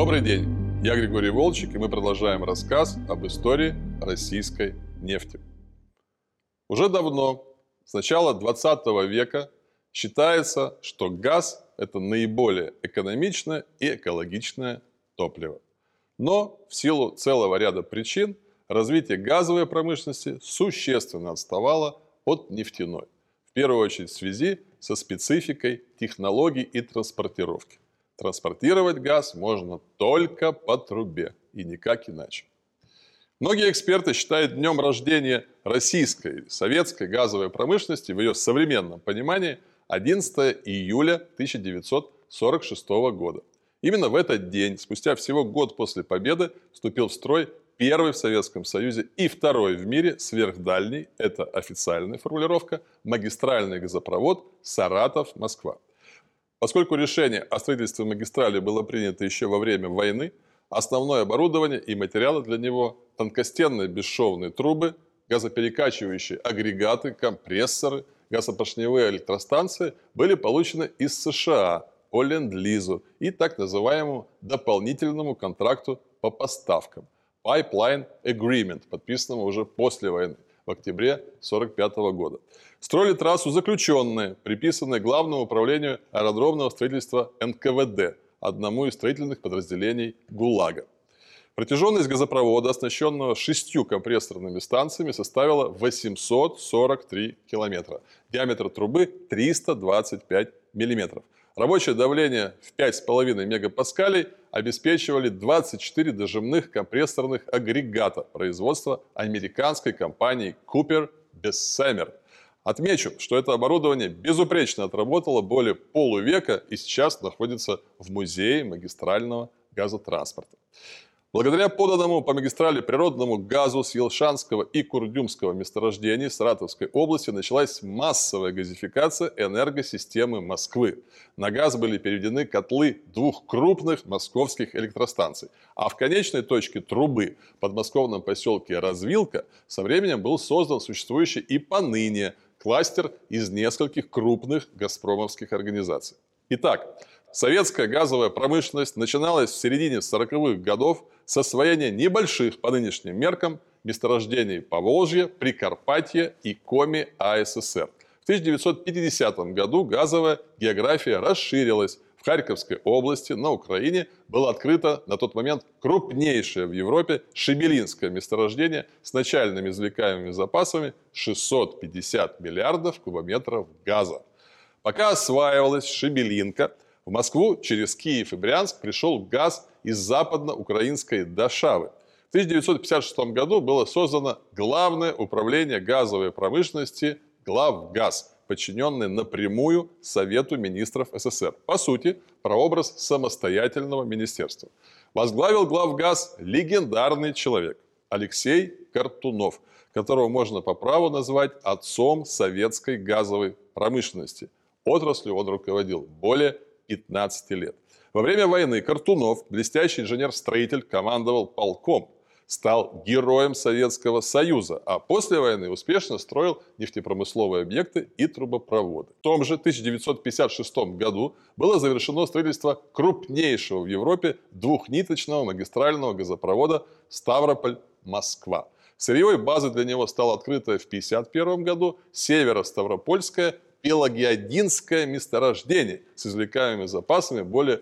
Добрый день, я Григорий Волчек, и мы продолжаем рассказ об истории российской нефти. Уже давно, с начала 20 века, считается, что газ – это наиболее экономичное и экологичное топливо. Но в силу целого ряда причин развитие газовой промышленности существенно отставало от нефтяной, в первую очередь в связи со спецификой технологий и транспортировки. Транспортировать газ можно только по трубе и никак иначе. Многие эксперты считают днем рождения российской, советской газовой промышленности в ее современном понимании 11 июля 1946 года. Именно в этот день, спустя всего год после победы, вступил в строй первый в Советском Союзе и второй в мире сверхдальний, это официальная формулировка, магистральный газопровод Саратов-Москва. Поскольку решение о строительстве магистрали было принято еще во время войны, основное оборудование и материалы для него, тонкостенные бесшовные трубы, газоперекачивающие агрегаты, компрессоры, газопоршневые электростанции были получены из США по ленд-лизу и так называемому дополнительному контракту по поставкам Pipeline Agreement, подписанному уже после войны, в октябре 1945 года. Строили трассу заключенные, приписанные Главному управлению аэродромного строительства НКВД, одному из строительных подразделений ГУЛАГа. Протяженность газопровода, оснащенного 6 компрессорными станциями, составила 843 километра. Диаметр трубы 325 миллиметров. Рабочее давление в 5,5 мегапаскалей обеспечивали 24 дожимных компрессорных агрегата производства американской компании Cooper Bessemer. Отмечу, что это оборудование безупречно отработало более полувека и сейчас находится в музее магистрального газотранспорта. Благодаря поданному по магистрали природному газу с Елшанского и Курдюмского месторождений Саратовской области началась массовая газификация энергосистемы Москвы. На газ были переведены котлы 2 крупных московских электростанций. А в конечной точке трубы в подмосковном поселке Развилка со временем был создан существующий и поныне кластер из нескольких крупных газпромовских организаций. Итак, советская газовая промышленность начиналась в середине 40-х годов с освоения небольших по нынешним меркам месторождений Поволжья, Прикарпатья и Коми АССР. В 1950 году газовая география расширилась. В Харьковской области на Украине было открыто на тот момент крупнейшее в Европе шебелинское месторождение с начальными извлекаемыми запасами 650 миллиардов кубометров газа. Пока осваивалась Шебелинка, в Москву через Киев и Брянск пришел газ из западно-украинской Дашавы. В 1956 году было создано Главное управление газовой промышленности Главгаз, подчиненное напрямую Совету министров СССР. По сути, прообраз самостоятельного министерства. Возглавил Главгаз легендарный человек Алексей Картунов, которого можно по праву назвать отцом советской газовой промышленности. Отраслью он руководил более 15 лет. Во время войны Картунов, блестящий инженер-строитель, командовал полком, стал героем Советского Союза, а после войны успешно строил нефтепромысловые объекты и трубопроводы. В том же 1956 году было завершено строительство крупнейшего в Европе двухниточного магистрального газопровода Ставрополь-Москва. Сырьевой базой для него стала открытая в 1951 году Северо-Ставропольское Пелагиадинское месторождение с извлекаемыми запасами более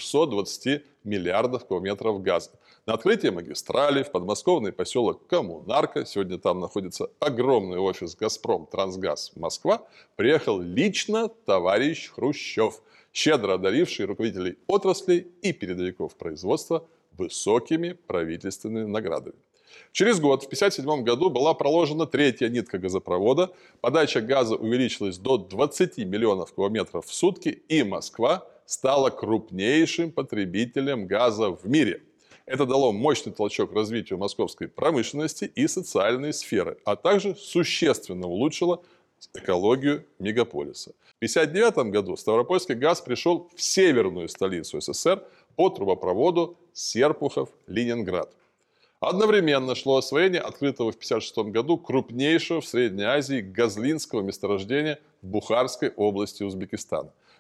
220 миллиардов кубометров газа. На открытие магистрали в подмосковный поселок Коммунарка, сегодня там находится огромный офис «Газпром Трансгаз Москва», приехал лично товарищ Хрущев, щедро одаривший руководителей отраслей и передовиков производства высокими правительственными наградами. Через год, в 1957 году, была проложена третья нитка газопровода, подача газа увеличилась до 20 миллионов кубометров в сутки, и Москва стала крупнейшим потребителем газа в мире. Это дало мощный толчок развитию московской промышленности и социальной сферы, а также существенно улучшило экологию мегаполиса. В 1959 году Ставропольский газ пришел в северную столицу СССР по трубопроводу Серпухов-Ленинград. Одновременно шло освоение открытого в 1956 году крупнейшего в Средней Азии газлинского месторождения в Бухарской области Узбекистана.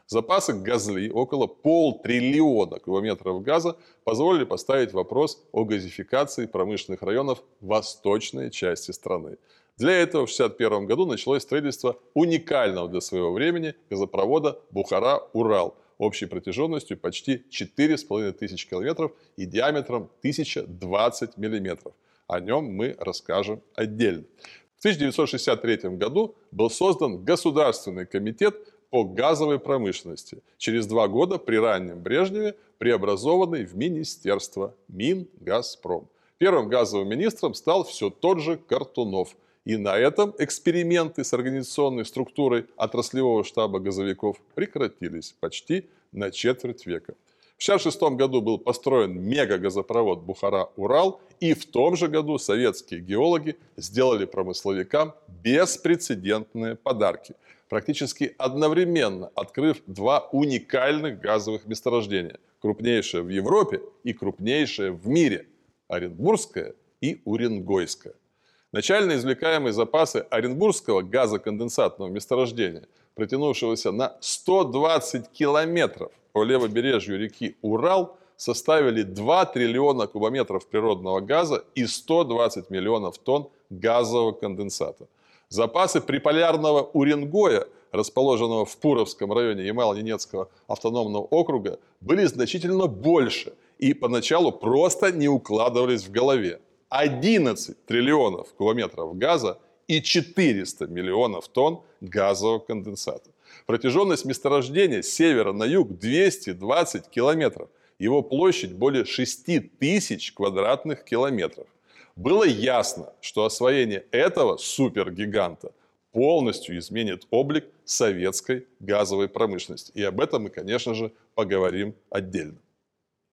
Запасы Газли, около 500 миллиона кубометров газа, позволили поставить вопрос о газификации промышленных районов восточной части страны. Для этого в 1961 году началось строительство уникального для своего времени газопровода Бухара-Урал общей протяженностью почти 4500 километров и диаметром 1020 миллиметров. О нем мы расскажем отдельно. В 1963 году был создан Государственный комитет по газовой промышленности, через 2 года при раннем Брежневе преобразованный в Министерство Мингазпром. Первым газовым министром стал все тот же Картунов. И на этом эксперименты с организационной структурой отраслевого штаба газовиков прекратились почти на четверть века. В 1966 году был построен мегагазопровод Бухара-Урал, и в том же году советские геологи сделали промысловикам беспрецедентные подарки, практически одновременно открыв 2 уникальных газовых месторождения, крупнейшее в Европе и крупнейшее в мире – Оренбургское и Уренгойское. Начально извлекаемые запасы Оренбургского газоконденсатного месторождения, протянувшегося на 120 километров по левобережью реки Урал, составили 2 триллиона кубометров природного газа и 120 миллионов тонн газового конденсата. Запасы приполярного Уренгоя, расположенного в Пуровском районе Ямало-Ненецкого автономного округа, были значительно больше и поначалу просто не укладывались в голове. 11 триллионов кубометров газа и 400 миллионов тонн газового конденсата. Протяженность месторождения с севера на юг 220 километров. Его площадь более 6000 квадратных километров. Было ясно, что освоение этого супергиганта полностью изменит облик советской газовой промышленности. И об этом мы, конечно же, поговорим отдельно.